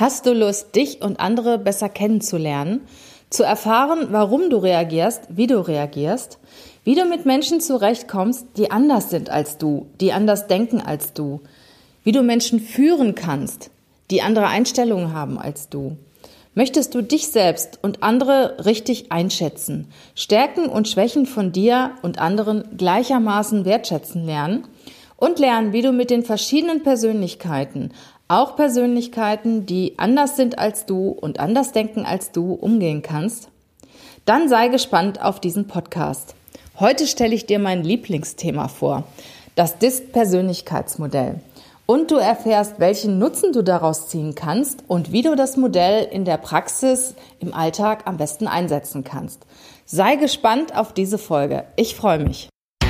Hast du Lust, dich und andere besser kennenzulernen, zu erfahren, warum du reagierst, wie du mit Menschen zurechtkommst, die anders sind als du, die anders denken als du, wie du Menschen führen kannst, die andere Einstellungen haben als du? Möchtest du dich selbst und andere richtig einschätzen, Stärken und Schwächen von dir und anderen gleichermaßen wertschätzen lernen und lernen, wie du mit den verschiedenen Persönlichkeiten, auch Persönlichkeiten, die anders sind als du und anders denken als du, umgehen kannst? Dann sei gespannt auf diesen Podcast. Heute stelle ich dir mein Lieblingsthema vor, das DISC-Persönlichkeitsmodell. Und du erfährst, welchen Nutzen du daraus ziehen kannst und wie du das Modell in der Praxis im Alltag am besten einsetzen kannst. Sei gespannt auf diese Folge. Ich freue mich.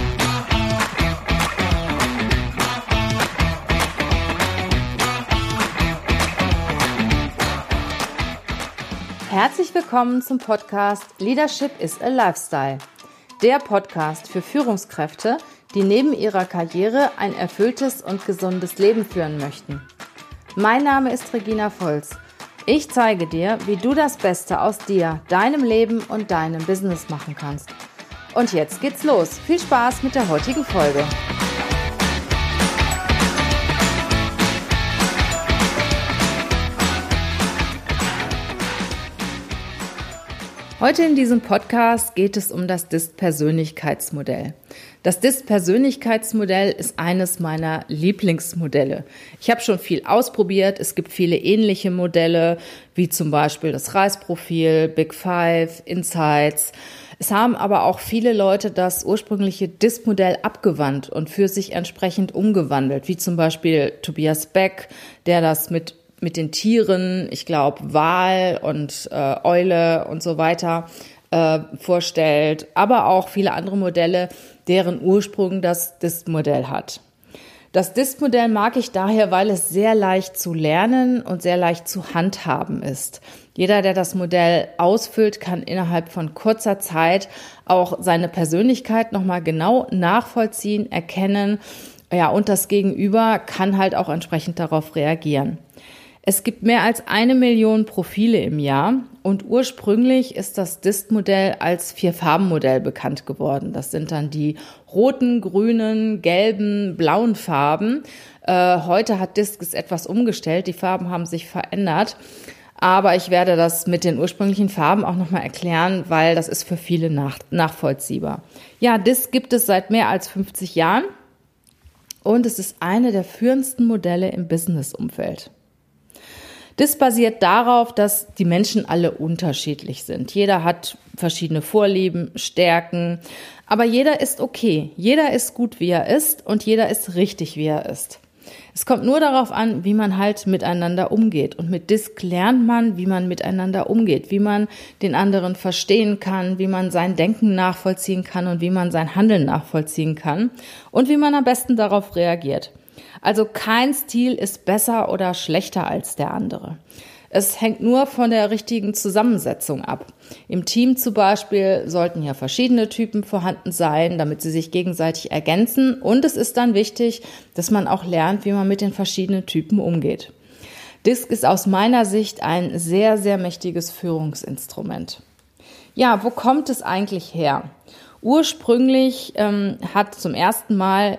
Herzlich willkommen zum Podcast Leadership is a Lifestyle. Der Podcast für Führungskräfte, die neben ihrer Karriere ein erfülltes und gesundes Leben führen möchten. Mein Name ist Regina Volz. Ich zeige dir, wie du das Beste aus dir, deinem Leben und deinem Business machen kannst. Und jetzt geht's los. Viel Spaß mit der heutigen Folge. Heute in diesem Podcast geht es um das DISC-Persönlichkeitsmodell. Das DISC-Persönlichkeitsmodell ist eines meiner Lieblingsmodelle. Ich habe schon viel ausprobiert. Es gibt viele ähnliche Modelle, wie zum Beispiel das Reisprofil, Big Five, Insights. Es haben aber auch viele Leute das ursprüngliche DISC-Modell abgewandt und für sich entsprechend umgewandelt, wie zum Beispiel Tobias Beck, der das mit den Tieren, ich glaube Wal und Eule und so weiter vorstellt, aber auch viele andere Modelle, deren Ursprung das DISC-Modell hat. Das DISC-Modell mag ich daher, weil es sehr leicht zu lernen und sehr leicht zu handhaben ist. Jeder, der das Modell ausfüllt, kann innerhalb von kurzer Zeit auch seine Persönlichkeit nochmal genau nachvollziehen, erkennen, ja, und das Gegenüber kann halt auch entsprechend darauf reagieren. Es gibt mehr als 1 Million Profile im Jahr und ursprünglich ist das DISC-Modell als 4-Farben-Modell bekannt geworden. Das sind dann die roten, grünen, gelben, blauen Farben. Heute hat DISC es etwas umgestellt, die Farben haben sich verändert. Aber ich werde das mit den ursprünglichen Farben auch nochmal erklären, weil das ist für viele nachvollziehbar. Ja, DISC gibt es seit mehr als 50 Jahren und es ist eine der führendsten Modelle im Business-Umfeld. Das basiert darauf, dass die Menschen alle unterschiedlich sind. Jeder hat verschiedene Vorlieben, Stärken, aber jeder ist okay. Jeder ist gut, wie er ist und jeder ist richtig, wie er ist. Es kommt nur darauf an, wie man halt miteinander umgeht. Und mit DISC lernt man, wie man miteinander umgeht, wie man den anderen verstehen kann, wie man sein Denken nachvollziehen kann und wie man sein Handeln nachvollziehen kann und wie man am besten darauf reagiert. Also kein Stil ist besser oder schlechter als der andere. Es hängt nur von der richtigen Zusammensetzung ab. Im Team zum Beispiel sollten ja verschiedene Typen vorhanden sein, damit sie sich gegenseitig ergänzen. Und es ist dann wichtig, dass man auch lernt, wie man mit den verschiedenen Typen umgeht. DISC ist aus meiner Sicht ein sehr, sehr mächtiges Führungsinstrument. Ja, wo kommt es eigentlich her? Ursprünglich hat zum ersten Mal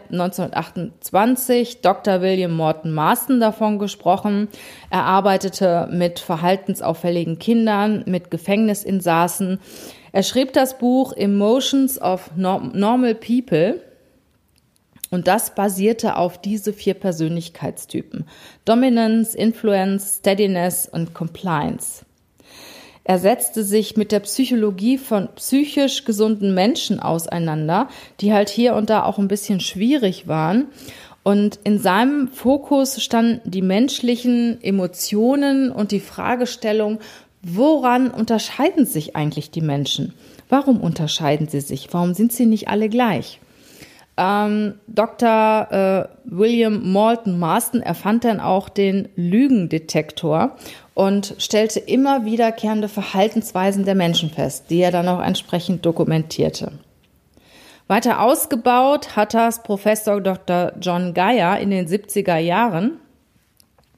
1928 Dr. William Morton Marston davon gesprochen. Er arbeitete mit verhaltensauffälligen Kindern, mit Gefängnisinsassen. Er schrieb das Buch Emotions of Normal People und das basierte auf diese 4 Persönlichkeitstypen: Dominance, Influence, Steadiness und Compliance. Er setzte sich mit der Psychologie von psychisch gesunden Menschen auseinander, die halt hier und da auch ein bisschen schwierig waren. Und in seinem Fokus standen die menschlichen Emotionen und die Fragestellung, woran unterscheiden sich eigentlich die Menschen? Warum unterscheiden sie sich? Warum sind sie nicht alle gleich? Dr. William Morton Marston erfand dann auch den Lügendetektor und stellte immer wiederkehrende Verhaltensweisen der Menschen fest, die er dann auch entsprechend dokumentierte. Weiter ausgebaut hat das Professor Dr. John Geyer in den 70er Jahren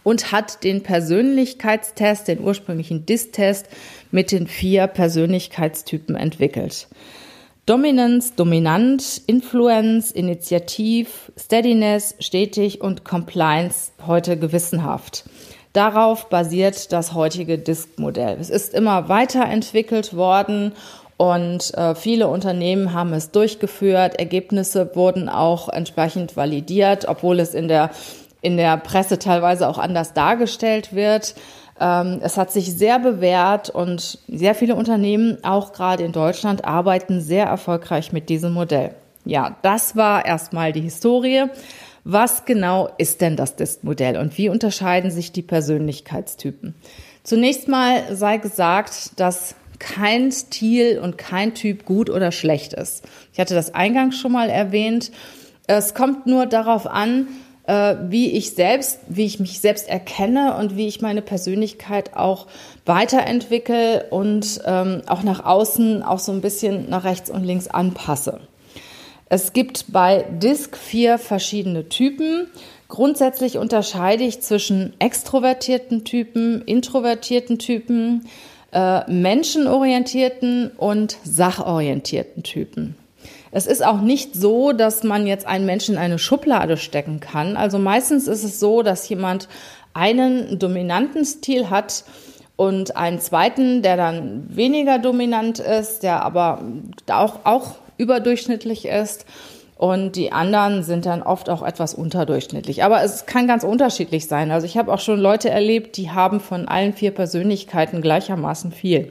und hat den Persönlichkeitstest, den ursprünglichen DISC-Test mit den 4 Persönlichkeitstypen entwickelt. Dominance, dominant, Influence, Initiativ, Steadiness, stetig und Compliance, heute gewissenhaft. Darauf basiert das heutige DISC-Modell. Es ist immer weiterentwickelt worden und viele Unternehmen haben es durchgeführt. Ergebnisse wurden auch entsprechend validiert, obwohl es in der Presse teilweise auch anders dargestellt wird. Es hat sich sehr bewährt und sehr viele Unternehmen, auch gerade in Deutschland, arbeiten sehr erfolgreich mit diesem Modell. Ja, das war erstmal die Historie. Was genau ist denn das DISC-Modell und wie unterscheiden sich die Persönlichkeitstypen? Zunächst mal sei gesagt, dass kein Stil und kein Typ gut oder schlecht ist. Ich hatte das eingangs schon mal erwähnt. Es kommt nur darauf an, wie ich mich selbst erkenne und wie ich meine Persönlichkeit auch weiterentwickle und auch nach außen auch so ein bisschen nach rechts und links anpasse. Es gibt bei DISC 4 verschiedene Typen. Grundsätzlich unterscheide ich zwischen extrovertierten Typen, introvertierten Typen, menschenorientierten und sachorientierten Typen. Es ist auch nicht so, dass man jetzt einen Menschen in eine Schublade stecken kann. Also meistens ist es so, dass jemand einen dominanten Stil hat und einen zweiten, der dann weniger dominant ist, der aber auch überdurchschnittlich ist. Und die anderen sind dann oft auch etwas unterdurchschnittlich. Aber es kann ganz unterschiedlich sein. Also ich habe auch schon Leute erlebt, die haben von allen 4 Persönlichkeiten gleichermaßen viel.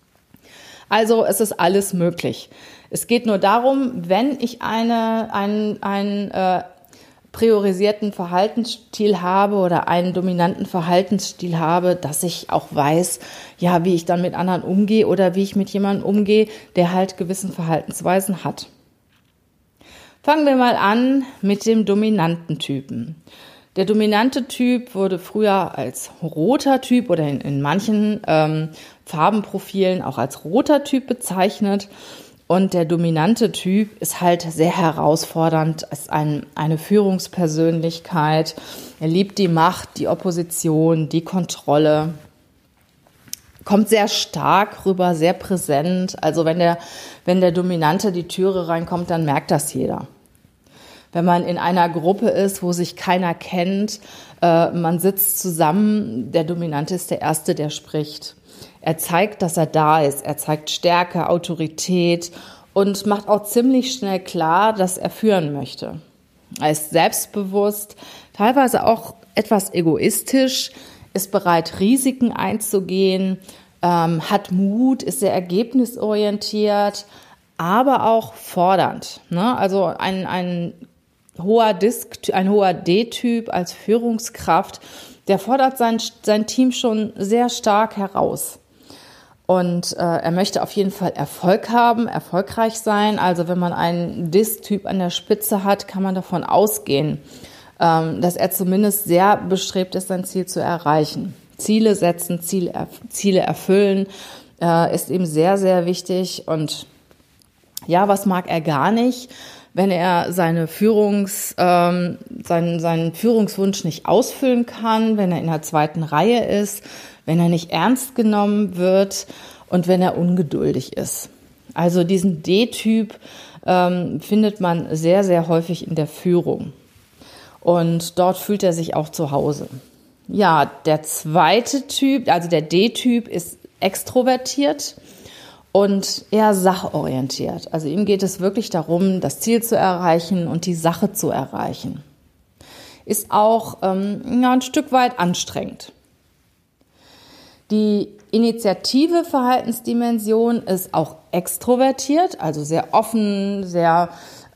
Also es ist alles möglich. Es geht nur darum, wenn ich einen priorisierten Verhaltensstil habe oder einen dominanten Verhaltensstil habe, dass ich auch weiß, ja, wie ich dann mit anderen umgehe oder wie ich mit jemandem umgehe, der halt gewissen Verhaltensweisen hat. Fangen wir mal an mit dem dominanten Typen. Der dominante Typ wurde früher als roter Typ oder in manchen Farbenprofilen auch als roter Typ bezeichnet. Und der dominante Typ ist halt sehr herausfordernd, ist eine Führungspersönlichkeit. Er liebt die Macht, die Opposition, die Kontrolle. Kommt sehr stark rüber, sehr präsent. Also wenn der Dominante die Türe reinkommt, dann merkt das jeder. Wenn man in einer Gruppe ist, wo sich keiner kennt, man sitzt zusammen, der Dominante ist der Erste, der spricht. Er zeigt, dass er da ist. Er zeigt Stärke, Autorität und macht auch ziemlich schnell klar, dass er führen möchte. Er ist selbstbewusst, teilweise auch etwas egoistisch, ist bereit, Risiken einzugehen, hat Mut, ist sehr ergebnisorientiert, aber auch fordernd. Ne? Also ein hoher D-Typ als Führungskraft, der fordert sein Team schon sehr stark heraus. Und er möchte auf jeden Fall Erfolg haben, erfolgreich sein. Also wenn man einen DISC-Typ an der Spitze hat, kann man davon ausgehen, dass er zumindest sehr bestrebt ist, sein Ziel zu erreichen. Ziele setzen, Ziele erfüllen, ist ihm sehr, sehr wichtig. Und ja, was mag er gar nicht, wenn er seinen Führungswunsch nicht ausfüllen kann, wenn er in der zweiten Reihe ist, wenn er nicht ernst genommen wird und wenn er ungeduldig ist. Also diesen D-Typ findet man sehr, sehr häufig in der Führung. Und dort fühlt er sich auch zu Hause. Ja, der zweite Typ, also der D-Typ, ist extrovertiert und eher sachorientiert. Also ihm geht es wirklich darum, das Ziel zu erreichen und die Sache zu erreichen. Ist auch ein Stück weit anstrengend. Die initiative Verhaltensdimension ist auch extrovertiert, also sehr offen, sehr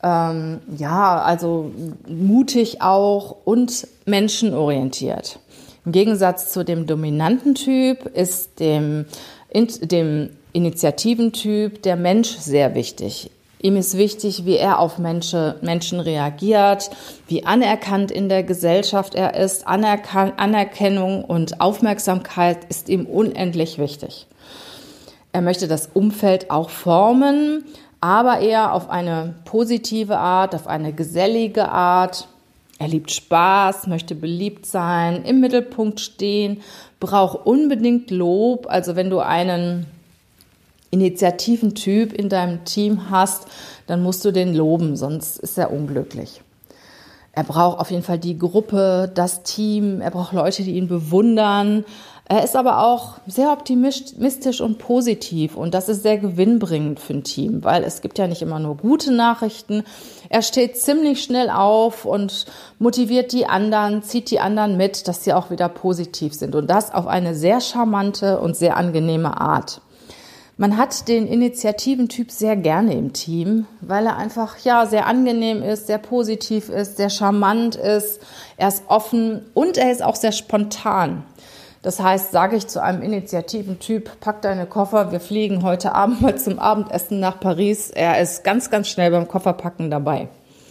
also mutig auch und menschenorientiert. Im Gegensatz zu dem dominanten Typ ist dem Initiativentyp der Mensch sehr wichtig. Ihm ist wichtig, wie er auf Menschen reagiert, wie anerkannt in der Gesellschaft er ist. Anerkennung und Aufmerksamkeit ist ihm unendlich wichtig. Er möchte das Umfeld auch formen, aber eher auf eine positive Art, auf eine gesellige Art. Er liebt Spaß, möchte beliebt sein, im Mittelpunkt stehen, braucht unbedingt Lob. Also wenn du einen Initiativentyp in deinem Team hast, dann musst du den loben, sonst ist er unglücklich. Er braucht auf jeden Fall die Gruppe, das Team, er braucht Leute, die ihn bewundern. Er ist aber auch sehr optimistisch und positiv und das ist sehr gewinnbringend für ein Team, weil es gibt ja nicht immer nur gute Nachrichten. Er steht ziemlich schnell auf und motiviert die anderen, zieht die anderen mit, dass sie auch wieder positiv sind und das auf eine sehr charmante und sehr angenehme Art. Man hat den Initiativentyp sehr gerne im Team, weil er einfach sehr angenehm ist, sehr positiv ist, sehr charmant ist, er ist offen und er ist auch sehr spontan. Das heißt, sage ich zu einem Initiativentyp, pack deine Koffer, wir fliegen heute Abend mal zum Abendessen nach Paris. Er ist ganz, ganz schnell beim Kofferpacken dabei.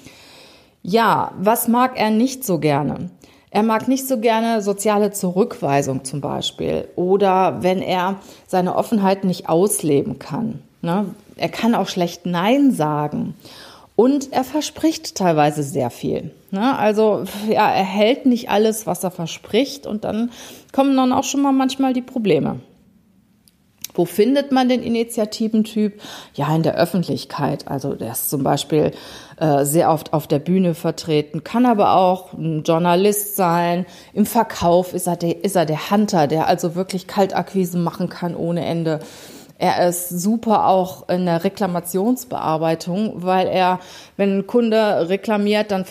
Ja, was mag er nicht so gerne? Er mag nicht so gerne soziale Zurückweisung zum Beispiel oder wenn er seine Offenheit nicht ausleben kann. Er kann auch schlecht Nein sagen und er verspricht teilweise sehr viel. Also er hält nicht alles, was er verspricht und dann kommen dann auch schon mal manchmal die Probleme. Wo findet man den Initiativentyp? Ja, in der Öffentlichkeit. Also der ist zum Beispiel sehr oft auf der Bühne vertreten, kann aber auch ein Journalist sein. Im Verkauf ist er der Hunter, der also wirklich Kaltakquise machen kann ohne Ende. Er ist super auch in der Reklamationsbearbeitung, weil wenn ein Kunde reklamiert, dann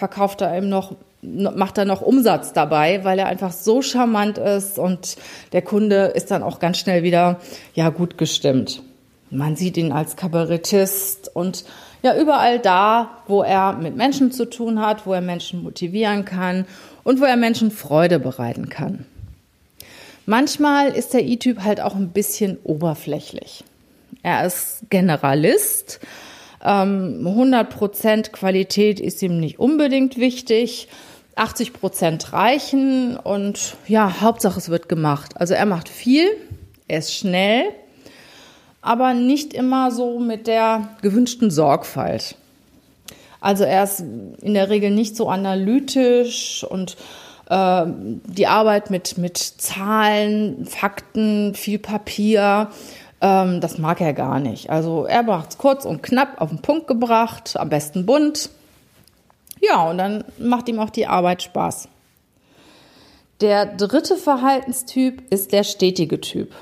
macht er noch Umsatz dabei, weil er einfach so charmant ist und der Kunde ist dann auch ganz schnell wieder gut gestimmt. Man sieht ihn als Kabarettist und überall da, wo er mit Menschen zu tun hat, wo er Menschen motivieren kann und wo er Menschen Freude bereiten kann. Manchmal ist der I-Typ halt auch ein bisschen oberflächlich. Er ist Generalist, 100% Qualität ist ihm nicht unbedingt wichtig, 80% reichen und Hauptsache es wird gemacht. Also er macht viel, er ist schnell, aber nicht immer so mit der gewünschten Sorgfalt. Also er ist in der Regel nicht so analytisch und die Arbeit mit Zahlen, Fakten, viel Papier, das mag er gar nicht. Also er macht es kurz und knapp auf den Punkt gebracht, am besten bunt. Ja, und dann macht ihm auch die Arbeit Spaß. Der dritte Verhaltenstyp ist der stetige Typ.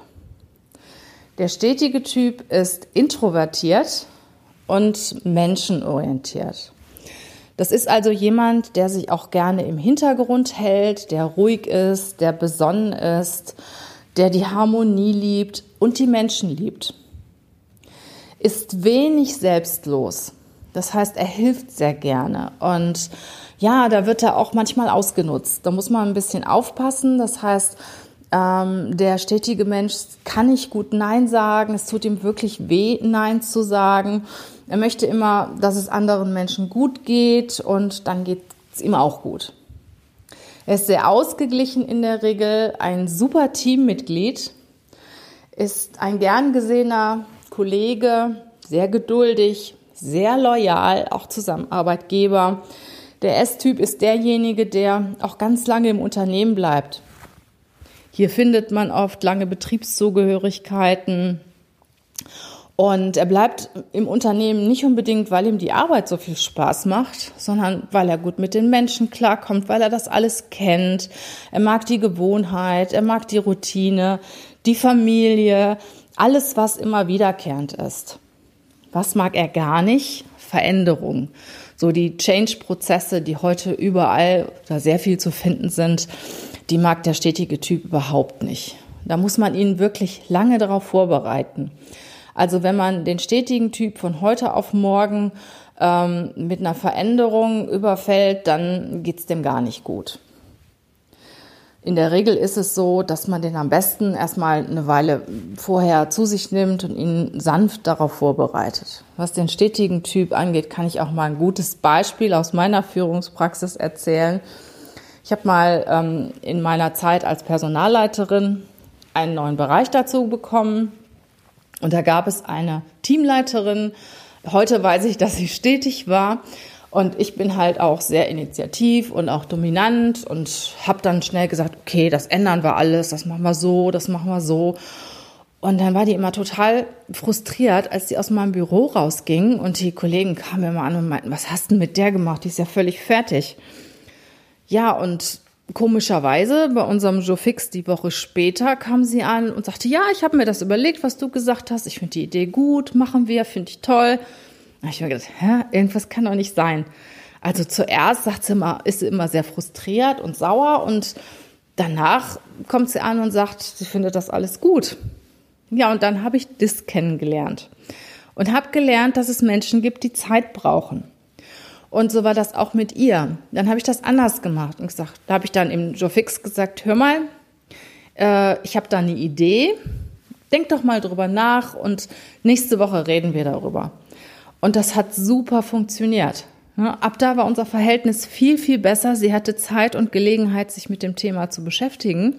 Der stetige Typ ist introvertiert und menschenorientiert. Das ist also jemand, der sich auch gerne im Hintergrund hält, der ruhig ist, der besonnen ist, der die Harmonie liebt und die Menschen liebt. Ist wenig selbstlos. Das heißt, er hilft sehr gerne und da wird er auch manchmal ausgenutzt. Da muss man ein bisschen aufpassen. Das heißt, der stetige Mensch kann nicht gut Nein sagen. Es tut ihm wirklich weh, Nein zu sagen. Er möchte immer, dass es anderen Menschen gut geht und dann geht es ihm auch gut. Er ist sehr ausgeglichen in der Regel, ein super Teammitglied, ist ein gern gesehener Kollege, sehr geduldig, sehr loyal, auch zu seinem Arbeitgeber. Der S-Typ ist derjenige, der auch ganz lange im Unternehmen bleibt. Hier findet man oft lange Betriebszugehörigkeiten und er bleibt im Unternehmen nicht unbedingt, weil ihm die Arbeit so viel Spaß macht, sondern weil er gut mit den Menschen klarkommt, weil er das alles kennt. Er mag die Gewohnheit, er mag die Routine, die Familie, alles, was immer wiederkehrend ist. Was mag er gar nicht? Veränderung. So die Change-Prozesse, die heute überall oder sehr viel zu finden sind, die mag der stetige Typ überhaupt nicht. Da muss man ihn wirklich lange darauf vorbereiten. Also wenn man den stetigen Typ von heute auf morgen mit einer Veränderung überfällt, dann geht's dem gar nicht gut. In der Regel ist es so, dass man den am besten erstmal eine Weile vorher zu sich nimmt und ihn sanft darauf vorbereitet. Was den stetigen Typ angeht, kann ich auch mal ein gutes Beispiel aus meiner Führungspraxis erzählen. Ich habe mal in meiner Zeit als Personalleiterin einen neuen Bereich dazu bekommen und da gab es eine Teamleiterin. Heute weiß ich, dass sie stetig war Und ich bin halt auch sehr initiativ und auch dominant und habe dann schnell gesagt, okay, das ändern wir alles, das machen wir so, das machen wir so. Und dann war die immer total frustriert, als sie aus meinem Büro rausging und die Kollegen kamen mir mal an und meinten, was hast du mit der gemacht? Die ist ja völlig fertig. Ja, und komischerweise bei unserem Joe Fix die Woche später kam sie an und sagte, ja, ich habe mir das überlegt, was du gesagt hast. Ich finde die Idee gut, machen wir, finde ich toll. Da habe ich mir gedacht, irgendwas kann doch nicht sein. Also zuerst ist sie immer sehr frustriert und sauer und danach kommt sie an und sagt, sie findet das alles gut. Ja, und dann habe ich DISC kennengelernt und habe gelernt, dass es Menschen gibt, die Zeit brauchen. Und so war das auch mit ihr. Dann habe ich das anders gemacht und gesagt, da habe ich dann im Joe Fix gesagt, hör mal, ich habe da eine Idee, denk doch mal drüber nach und nächste Woche reden wir darüber. Und das hat super funktioniert. Ab da war unser Verhältnis viel, viel besser. Sie hatte Zeit und Gelegenheit, sich mit dem Thema zu beschäftigen.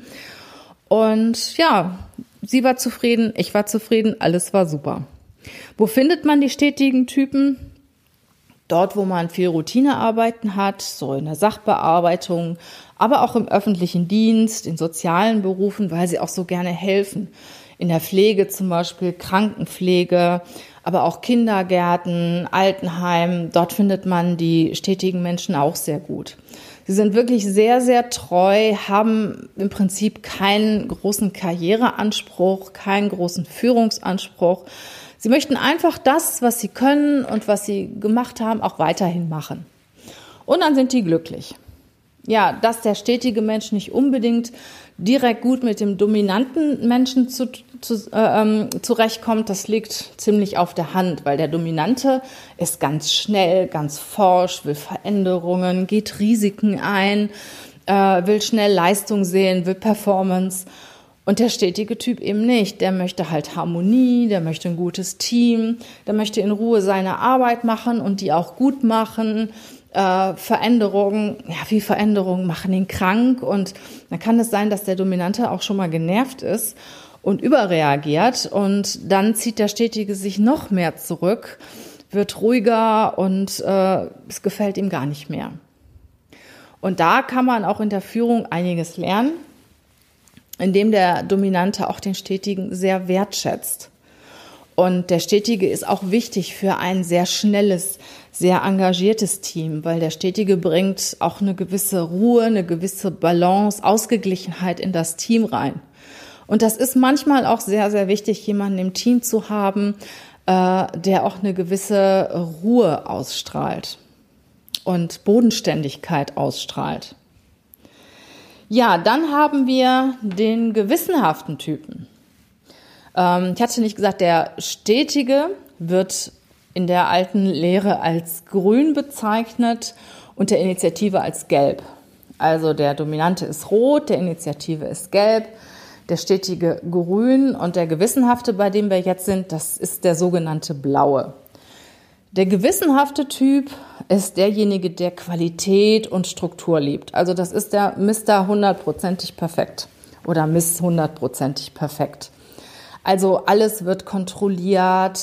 Und ja, sie war zufrieden, ich war zufrieden, alles war super. Wo findet man die stetigen Typen? Dort, wo man viel Routinearbeiten hat, so in der Sachbearbeitung, aber auch im öffentlichen Dienst, in sozialen Berufen, weil sie auch so gerne helfen. In der Pflege zum Beispiel, Krankenpflege, aber auch Kindergärten, Altenheim. Dort findet man die stetigen Menschen auch sehr gut. Sie sind wirklich sehr, sehr treu, haben im Prinzip keinen großen Karriereanspruch, keinen großen Führungsanspruch. Sie möchten einfach das, was sie können und was sie gemacht haben, auch weiterhin machen. Und dann sind die glücklich. Ja, dass der stetige Mensch nicht unbedingt direkt gut mit dem dominanten Menschen zurechtkommt, das liegt ziemlich auf der Hand, weil der Dominante ist ganz schnell, ganz forsch, will Veränderungen, geht Risiken ein, will schnell Leistung sehen, will Performance. Und der stetige Typ eben nicht. Der möchte halt Harmonie, der möchte ein gutes Team, der möchte in Ruhe seine Arbeit machen und die auch gut machen. Veränderungen machen ihn krank und dann kann es sein, dass der Dominante auch schon mal genervt ist und überreagiert und dann zieht der Stetige sich noch mehr zurück, wird ruhiger und es gefällt ihm gar nicht mehr. Und da kann man auch in der Führung einiges lernen, indem der Dominante auch den Stetigen sehr wertschätzt. Und der Stetige ist auch wichtig für ein sehr schnelles, sehr engagiertes Team, weil der Stetige bringt auch eine gewisse Ruhe, eine gewisse Balance, Ausgeglichenheit in das Team rein. Und das ist manchmal auch sehr, sehr wichtig, jemanden im Team zu haben, der auch eine gewisse Ruhe ausstrahlt und Bodenständigkeit ausstrahlt. Ja, dann haben wir den gewissenhaften Typen. Ich hatte nicht gesagt, der Stetige wird in der alten Lehre als grün bezeichnet und der Initiative als gelb. Also der Dominante ist rot, der Initiative ist gelb, der Stetige grün und der Gewissenhafte, bei dem wir jetzt sind, das ist der sogenannte blaue. Der gewissenhafte Typ ist derjenige, der Qualität und Struktur liebt. Also das ist der Mr. 100%ig perfekt oder Miss 100%ig perfekt. Also alles wird kontrolliert.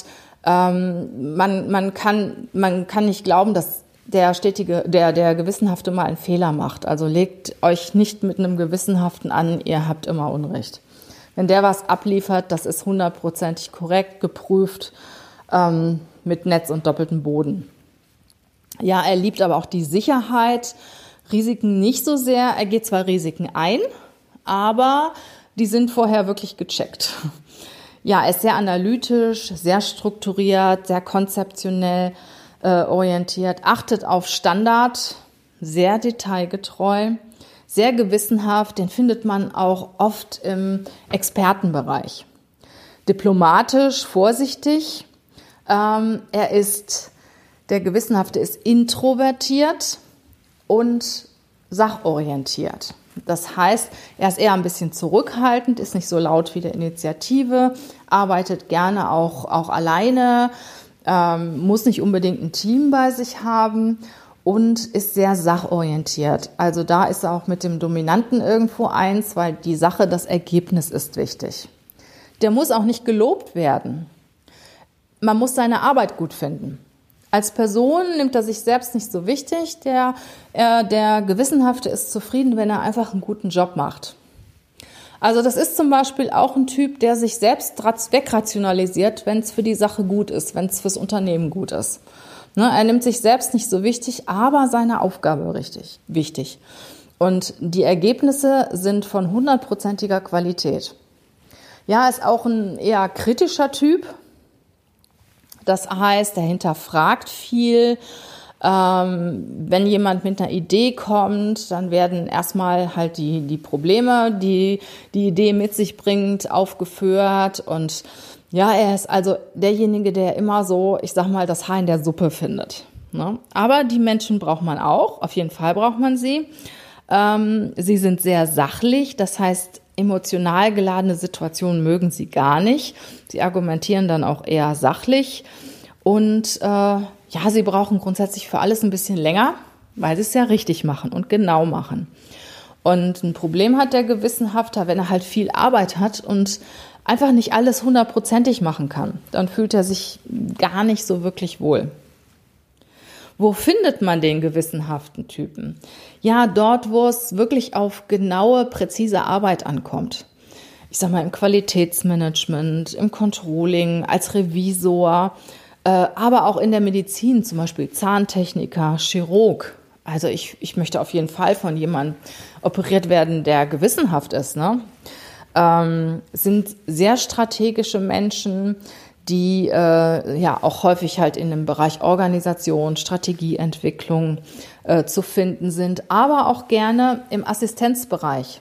Man kann nicht glauben, dass der Gewissenhafte mal einen Fehler macht. Also legt euch nicht mit einem Gewissenhaften an, ihr habt immer Unrecht. Wenn der was abliefert, das ist 100%ig korrekt, geprüft, mit Netz und doppeltem Boden. Ja, er liebt aber auch die Sicherheit, Risiken nicht so sehr. Er geht zwar Risiken ein, aber die sind vorher wirklich gecheckt. Ja, er ist sehr analytisch, sehr strukturiert, sehr konzeptionell orientiert, achtet auf Standard, sehr detailgetreu, sehr gewissenhaft, den findet man auch oft im Expertenbereich. Diplomatisch, vorsichtig, der Gewissenhafte ist introvertiert und sachorientiert. Das heißt, er ist eher ein bisschen zurückhaltend, ist nicht so laut wie der Initiative, arbeitet gerne auch alleine, muss nicht unbedingt ein Team bei sich haben und ist sehr sachorientiert. Also da ist er auch mit dem Dominanten irgendwo eins, weil die Sache, das Ergebnis ist wichtig. Der muss auch nicht gelobt werden. Man muss seine Arbeit gut finden. Als Person nimmt er sich selbst nicht so wichtig. Der Gewissenhafte ist zufrieden, wenn er einfach einen guten Job macht. Also das ist zum Beispiel auch ein Typ, der sich selbst wegrationalisiert, wenn es für die Sache gut ist, wenn es fürs Unternehmen gut ist. Ne, er nimmt sich selbst nicht so wichtig, aber seine Aufgabe wichtig. Und die Ergebnisse sind von 100%iger Qualität. Ja, ist auch ein eher kritischer Typ. Das heißt, er hinterfragt viel. Wenn jemand mit einer Idee kommt, dann werden erstmal halt die Probleme, die Idee mit sich bringt, aufgeführt. Und ja, er ist also derjenige, der immer so, ich sag mal, das Haar in der Suppe findet. Ne? Aber die Menschen braucht man auch, auf jeden Fall braucht man sie. Sie sind sehr sachlich, das heißt, emotional geladene Situationen mögen sie gar nicht. Sie argumentieren dann auch eher sachlich. Und sie brauchen grundsätzlich für alles ein bisschen länger, weil sie es ja richtig machen und genau machen. Und ein Problem hat der Gewissenhafter, wenn er halt viel Arbeit hat und einfach nicht alles 100%ig machen kann. Dann fühlt er sich gar nicht so wirklich wohl. Wo findet man den gewissenhaften Typen? Ja, dort, wo es wirklich auf genaue, präzise Arbeit ankommt. Ich sag mal im Qualitätsmanagement, im Controlling, als Revisor, aber auch in der Medizin, zum Beispiel Zahntechniker, Chirurg. Also ich möchte auf jeden Fall von jemandem operiert werden, der gewissenhaft ist, ne? Sind sehr strategische Menschen, die auch häufig halt in dem Bereich Organisation, Strategieentwicklung zu finden sind, aber auch gerne im Assistenzbereich,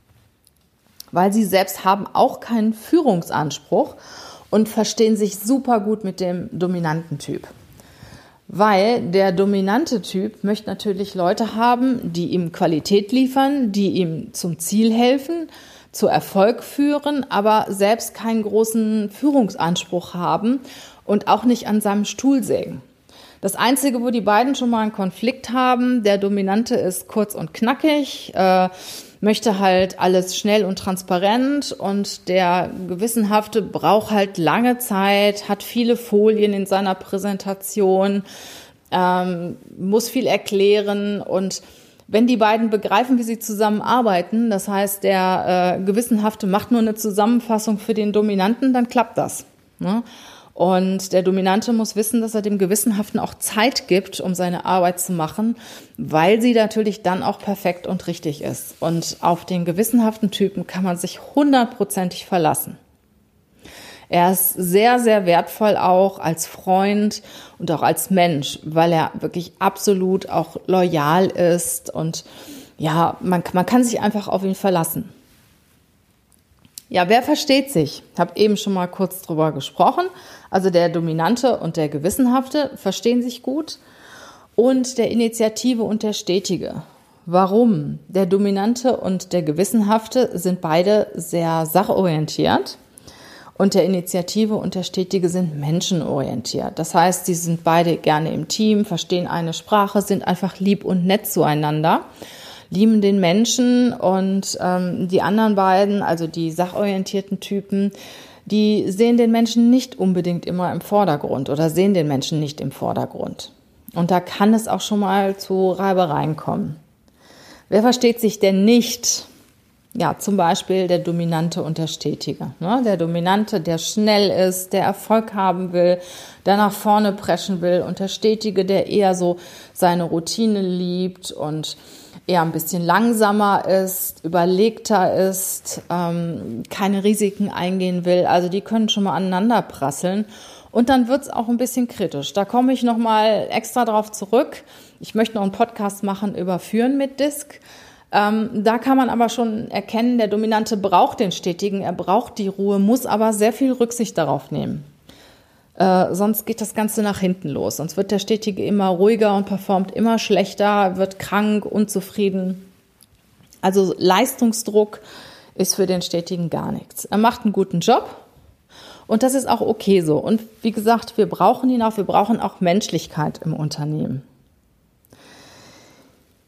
weil sie selbst haben auch keinen Führungsanspruch und verstehen sich super gut mit dem dominanten Typ. Weil der dominante Typ möchte natürlich Leute haben, die ihm Qualität liefern, die ihm zum Ziel helfen, zu Erfolg führen, aber selbst keinen großen Führungsanspruch haben und auch nicht an seinem Stuhl sägen. Das Einzige, wo die beiden schon mal einen Konflikt haben, der Dominante ist kurz und knackig, möchte halt alles schnell und transparent und der Gewissenhafte braucht halt lange Zeit, hat viele Folien in seiner Präsentation, muss viel erklären und wenn die beiden begreifen, wie sie zusammenarbeiten, das heißt, der Gewissenhafte macht nur eine Zusammenfassung für den Dominanten, dann klappt das. Ne? Und der Dominante muss wissen, dass er dem Gewissenhaften auch Zeit gibt, um seine Arbeit zu machen, weil sie natürlich dann auch perfekt und richtig ist. Und auf den gewissenhaften Typen kann man sich 100%ig verlassen. Er ist sehr, sehr wertvoll auch als Freund und auch als Mensch, weil er wirklich absolut auch loyal ist und ja, man kann sich einfach auf ihn verlassen. Ja, wer versteht sich? Ich habe eben schon mal kurz drüber gesprochen. Also der Dominante und der Gewissenhafte verstehen sich gut und der Initiative und der Stetige. Warum? Der Dominante und der Gewissenhafte sind beide sehr sachorientiert. Und der Initiative und der Stetige sind menschenorientiert. Das heißt, sie sind beide gerne im Team, verstehen eine Sprache, sind einfach lieb und nett zueinander, lieben den Menschen und die anderen beiden, also die sachorientierten Typen, die sehen den Menschen nicht unbedingt immer im Vordergrund oder sehen den Menschen nicht im Vordergrund. Und da kann es auch schon mal zu Reibereien kommen. Wer versteht sich denn nicht? Ja, zum Beispiel der Dominante und der Stetige. Ne? Der Dominante, der schnell ist, der Erfolg haben will, der nach vorne preschen will und der Stetige, der eher so seine Routine liebt und eher ein bisschen langsamer ist, überlegter ist, keine Risiken eingehen will. Also die können schon mal aneinander prasseln und dann wird's auch ein bisschen kritisch. Da komme ich nochmal extra drauf zurück. Ich möchte noch einen Podcast machen über Führen mit DISC. Da kann man aber schon erkennen, der Dominante braucht den Stetigen, er braucht die Ruhe, muss aber sehr viel Rücksicht darauf nehmen. Sonst geht das Ganze nach hinten los. Sonst wird der Stetige immer ruhiger und performt immer schlechter, wird krank, unzufrieden. Also Leistungsdruck ist für den Stetigen gar nichts. Er macht einen guten Job und das ist auch okay so. Und wie gesagt, wir brauchen ihn auch, wir brauchen auch Menschlichkeit im Unternehmen.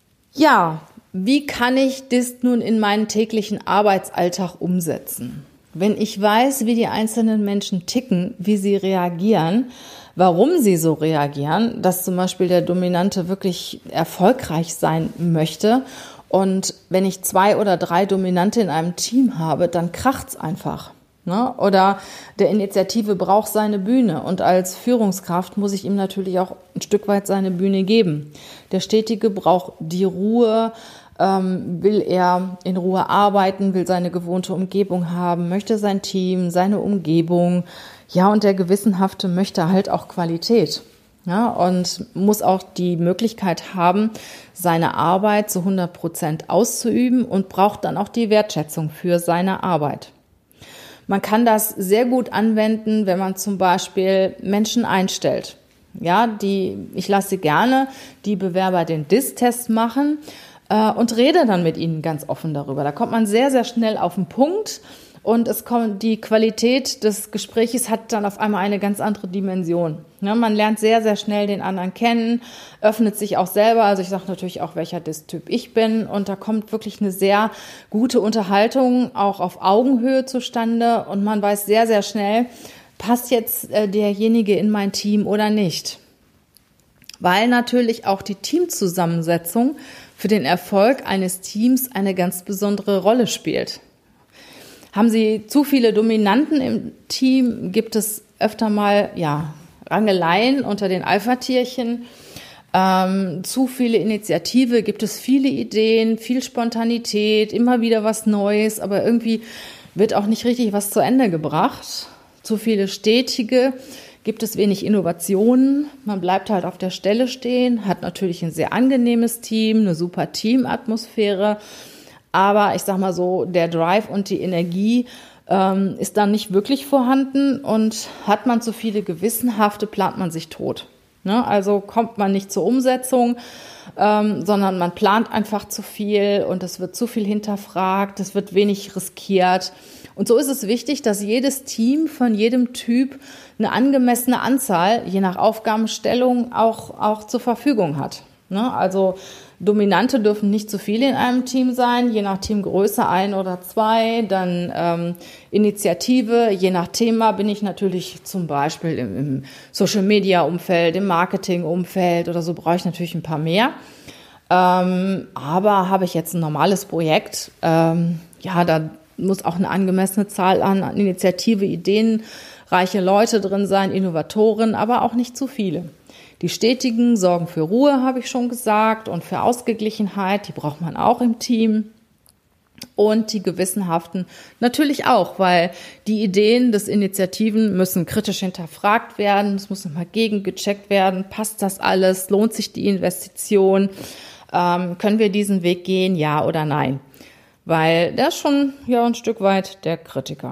Ja, wie kann ich das nun in meinen täglichen Arbeitsalltag umsetzen? Wenn ich weiß, wie die einzelnen Menschen ticken, wie sie reagieren, warum sie so reagieren, dass zum Beispiel der Dominante wirklich erfolgreich sein möchte, und wenn ich 2 oder 3 Dominante in einem Team habe, dann kracht's einfach. Ne? Oder der Initiative braucht seine Bühne, und als Führungskraft muss ich ihm natürlich auch ein Stück weit seine Bühne geben. Der Stetige braucht die Ruhe, will er in Ruhe arbeiten, will seine gewohnte Umgebung haben, möchte sein Team, seine Umgebung. Ja, und der Gewissenhafte möchte halt auch Qualität. Ja, und muss auch die Möglichkeit haben, seine Arbeit zu 100% auszuüben, und braucht dann auch die Wertschätzung für seine Arbeit. Man kann das sehr gut anwenden, wenn man zum Beispiel Menschen einstellt. Ja, ich lasse gerne die Bewerber den DISC-Test machen und rede dann mit ihnen ganz offen darüber. Da kommt man sehr, sehr schnell auf den Punkt. Und die Qualität des Gesprächs hat dann auf einmal eine ganz andere Dimension. Ja, man lernt sehr, sehr schnell den anderen kennen, öffnet sich auch selber. Also ich sage natürlich auch, welcher Dis-Typ ich bin. Und da kommt wirklich eine sehr gute Unterhaltung auch auf Augenhöhe zustande. Und man weiß sehr, sehr schnell, passt jetzt derjenige in mein Team oder nicht. Weil natürlich auch die Teamzusammensetzung für den Erfolg eines Teams eine ganz besondere Rolle spielt. Haben Sie zu viele Dominanten im Team, gibt es öfter mal Rangeleien unter den Alpha-Tierchen. Zu viele Initiative, gibt es viele Ideen, viel Spontanität, immer wieder was Neues, aber irgendwie wird auch nicht richtig was zu Ende gebracht. Zu viele Stetige, gibt es wenig Innovationen. Man bleibt halt auf der Stelle stehen, hat natürlich ein sehr angenehmes Team, eine super Teamatmosphäre. Aber ich sag mal so, der Drive und die Energie ist dann nicht wirklich vorhanden, und hat man zu viele Gewissenhafte, plant man sich tot. Ne? Also kommt man nicht zur Umsetzung, sondern man plant einfach zu viel, und es wird zu viel hinterfragt, es wird wenig riskiert. Und so ist es wichtig, dass jedes Team von jedem Typ eine angemessene Anzahl, je nach Aufgabenstellung, auch zur Verfügung hat. Ne? Also Dominante dürfen nicht zu viele in einem Team sein, je nach Teamgröße 1 oder 2, dann Initiative, je nach Thema bin ich natürlich zum Beispiel im Social-Media-Umfeld, im Marketing-Umfeld oder so, brauche ich natürlich ein paar mehr. Aber habe ich jetzt ein normales Projekt, da muss auch eine angemessene Zahl an Initiative, ideenreiche Leute drin sein, Innovatoren, aber auch nicht zu viele. Die Stetigen sorgen für Ruhe, habe ich schon gesagt, und für Ausgeglichenheit, die braucht man auch im Team. Und die Gewissenhaften natürlich auch, weil die Ideen des Initiativen müssen kritisch hinterfragt werden, es muss nochmal gegengecheckt werden, passt das alles, lohnt sich die Investition, können wir diesen Weg gehen, ja oder nein? Weil der ist schon ein Stück weit der Kritiker.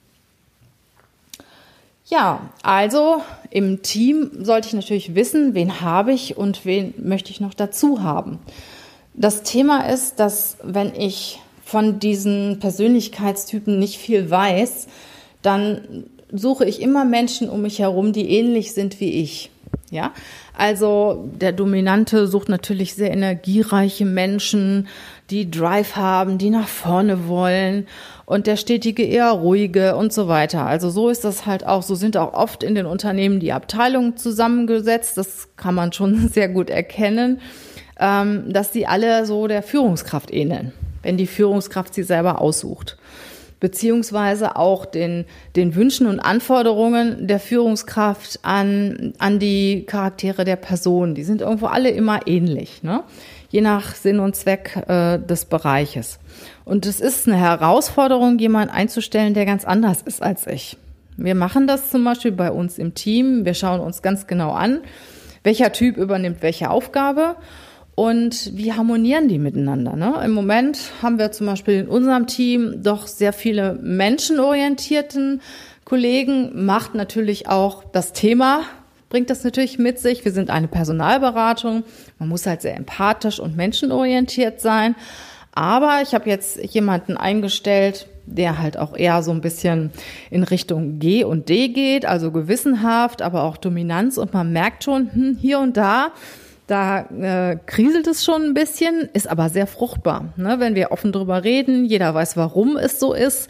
Ja, also im Team sollte ich natürlich wissen, wen habe ich und wen möchte ich noch dazu haben. Das Thema ist, dass wenn ich von diesen Persönlichkeitstypen nicht viel weiß, dann suche ich immer Menschen um mich herum, die ähnlich sind wie ich. Ja, also der Dominante sucht natürlich sehr energiereiche Menschen, die Drive haben, die nach vorne wollen, und der Stetige eher ruhige und so weiter. Also so ist das halt auch, so sind auch oft in den Unternehmen die Abteilungen zusammengesetzt. Das kann man schon sehr gut erkennen, dass sie alle so der Führungskraft ähneln, wenn die Führungskraft sie selber aussucht. Beziehungsweise auch den Wünschen und Anforderungen der Führungskraft an die Charaktere der Person. Die sind irgendwo alle immer ähnlich, ne? Je nach Sinn und Zweck des Bereiches. Und es ist eine Herausforderung, jemanden einzustellen, der ganz anders ist als ich. Wir machen das zum Beispiel bei uns im Team. Wir schauen uns ganz genau an, welcher Typ übernimmt welche Aufgabe und wie harmonieren die miteinander. Ne? Im Moment haben wir zum Beispiel in unserem Team doch sehr viele menschenorientierten Kollegen, macht natürlich auch das Thema, bringt das natürlich mit sich. Wir sind eine Personalberatung. Man muss halt sehr empathisch und menschenorientiert sein. Aber ich habe jetzt jemanden eingestellt, der halt auch eher so ein bisschen in Richtung G und D geht, also gewissenhaft, aber auch Dominanz. Und man merkt schon, hier und da kriselt es schon ein bisschen, ist aber sehr fruchtbar. Ne? Wenn wir offen drüber reden, jeder weiß, warum es so ist,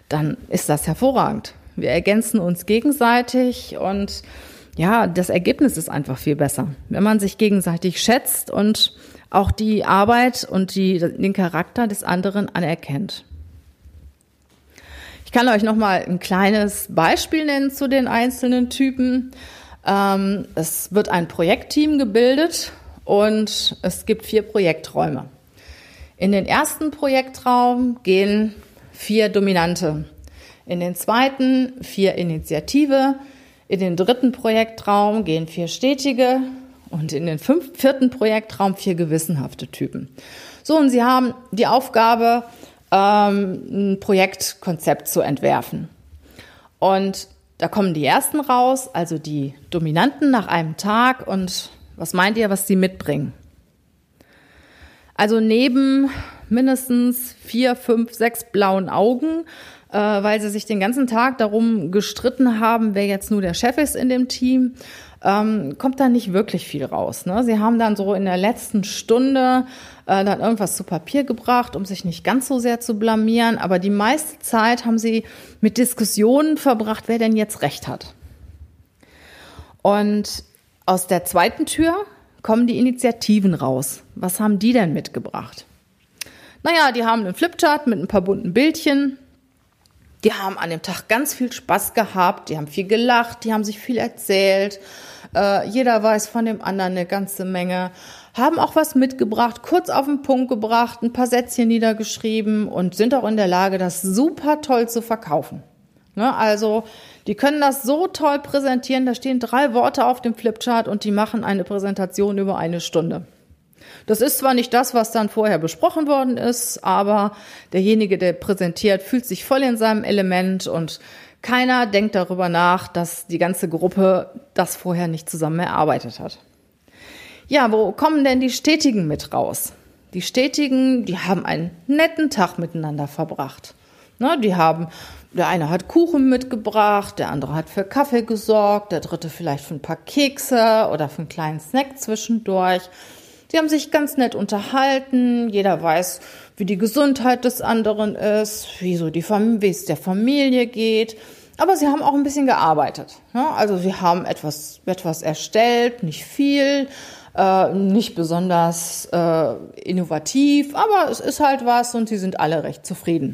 dann ist das hervorragend. Wir ergänzen uns gegenseitig und ja, das Ergebnis ist einfach viel besser, wenn man sich gegenseitig schätzt und auch die Arbeit und den Charakter des anderen anerkennt. Ich kann euch noch mal ein kleines Beispiel nennen zu den einzelnen Typen. Es wird ein Projektteam gebildet und es gibt 4 Projekträume. In den ersten Projektraum gehen 4 Dominante, in den zweiten 4 Initiative, in den dritten Projektraum gehen 4 Stetige und in den vierten Projektraum 4 gewissenhafte Typen. So, und sie haben die Aufgabe, ein Projektkonzept zu entwerfen. Und da kommen die ersten raus, also die Dominanten nach einem Tag. Und was meint ihr, was sie mitbringen? Also neben mindestens 4, 5, 6 blauen Augen, weil sie sich den ganzen Tag darum gestritten haben, wer jetzt nur der Chef ist in dem Team, kommt da nicht wirklich viel raus. Ne? Sie haben dann so in der letzten Stunde dann irgendwas zu Papier gebracht, um sich nicht ganz so sehr zu blamieren. Aber die meiste Zeit haben sie mit Diskussionen verbracht, wer denn jetzt recht hat. Und aus der zweiten Tür kommen die Initiativen raus. Was haben die denn mitgebracht? Naja, die haben einen Flipchart mit ein paar bunten Bildchen. Die haben an dem Tag ganz viel Spaß gehabt, die haben viel gelacht, die haben sich viel erzählt. Jeder weiß von dem anderen eine ganze Menge. Haben auch was mitgebracht, kurz auf den Punkt gebracht, ein paar Sätzchen niedergeschrieben und sind auch in der Lage, das super toll zu verkaufen. Ne, also die können das so toll präsentieren, da stehen 3 Worte auf dem Flipchart und die machen eine Präsentation über 1 Stunde. Das ist zwar nicht das, was dann vorher besprochen worden ist, aber derjenige, der präsentiert, fühlt sich voll in seinem Element und keiner denkt darüber nach, dass die ganze Gruppe das vorher nicht zusammen erarbeitet hat. Ja, wo kommen denn die Stetigen mit raus? Die Stetigen, die haben einen netten Tag miteinander verbracht. Ne, der eine hat Kuchen mitgebracht, der andere hat für Kaffee gesorgt, der dritte vielleicht für ein paar Kekse oder für einen kleinen Snack zwischendurch. Die haben sich ganz nett unterhalten, jeder weiß, wie die Gesundheit des anderen ist, wie es der Familie geht. Aber sie haben auch ein bisschen gearbeitet. Ja, also sie haben etwas erstellt, nicht viel, nicht besonders innovativ, aber es ist halt was und sie sind alle recht zufrieden.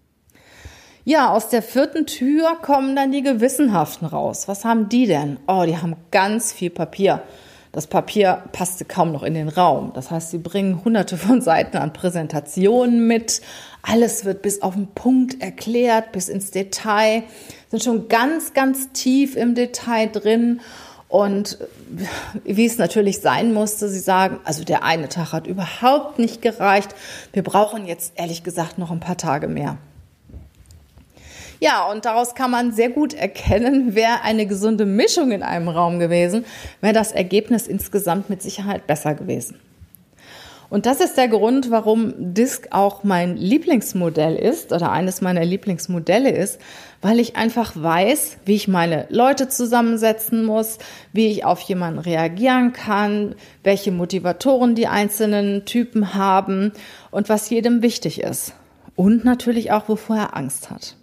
Ja, aus der 4. Tür kommen dann die Gewissenhaften raus. Was haben die denn? Oh, die haben ganz viel Papier. Das Papier passte kaum noch in den Raum. Das heißt, sie bringen hunderte von Seiten an Präsentationen mit. Alles wird bis auf den Punkt erklärt, bis ins Detail. Sind schon ganz, ganz tief im Detail drin. Und wie es natürlich sein musste, sie sagen, also der eine Tag hat überhaupt nicht gereicht. Wir brauchen jetzt ehrlich gesagt noch ein paar Tage mehr. Ja, und daraus kann man sehr gut erkennen, wäre eine gesunde Mischung in einem Raum gewesen, wäre das Ergebnis insgesamt mit Sicherheit besser gewesen. Und das ist der Grund, warum DISC auch mein Lieblingsmodell ist oder eines meiner Lieblingsmodelle ist, weil ich einfach weiß, wie ich meine Leute zusammensetzen muss, wie ich auf jemanden reagieren kann, welche Motivatoren die einzelnen Typen haben und was jedem wichtig ist. Und natürlich auch, wovor er Angst hat.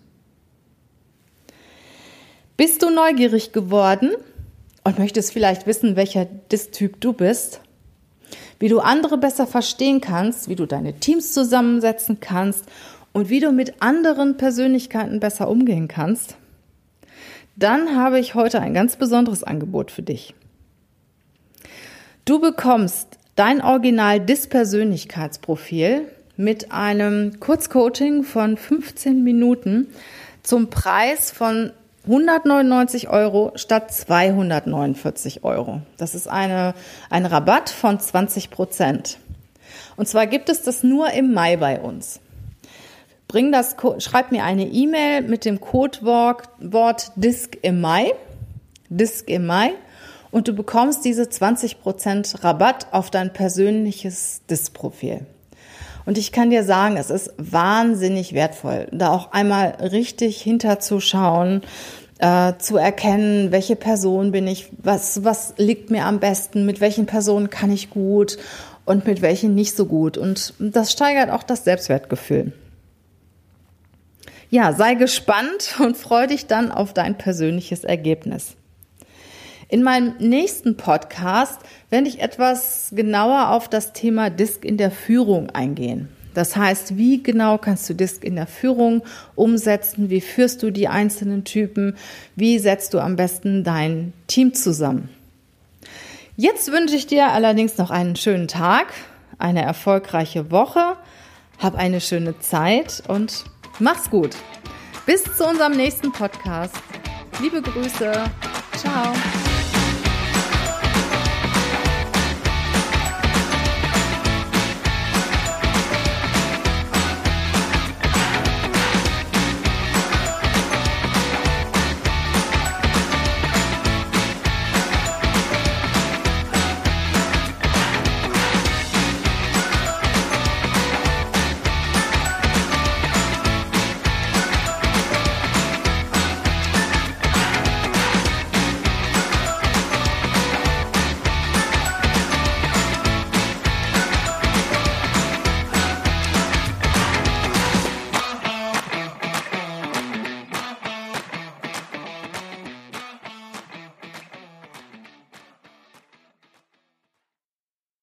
Bist du neugierig geworden und möchtest vielleicht wissen, welcher DISC-Typ du bist? Wie du andere besser verstehen kannst, wie du deine Teams zusammensetzen kannst und wie du mit anderen Persönlichkeiten besser umgehen kannst? Dann habe ich heute ein ganz besonderes Angebot für dich. Du bekommst dein Original DISC-Persönlichkeitsprofil mit einem Kurzcoaching von 15 Minuten zum Preis von 199 € statt 249 €. Das ist ein Rabatt von 20%. Und zwar gibt es das nur im Mai bei uns. Schreib mir eine E-Mail mit dem Codewort DISC im Mai, und du bekommst diese 20% Rabatt auf dein persönliches DISC-Profil. Und ich kann dir sagen, es ist wahnsinnig wertvoll, da auch einmal richtig hinterzuschauen, zu erkennen, welche Person bin ich, was liegt mir am besten, mit welchen Personen kann ich gut und mit welchen nicht so gut. Und das steigert auch das Selbstwertgefühl. Ja, sei gespannt und freu dich dann auf dein persönliches Ergebnis. In meinem nächsten Podcast werde ich etwas genauer auf das Thema DISC in der Führung eingehen. Das heißt, wie genau kannst du DISC in der Führung umsetzen? Wie führst du die einzelnen Typen? Wie setzt du am besten dein Team zusammen? Jetzt wünsche ich dir allerdings noch einen schönen Tag, eine erfolgreiche Woche. Hab eine schöne Zeit und mach's gut. Bis zu unserem nächsten Podcast. Liebe Grüße. Ciao.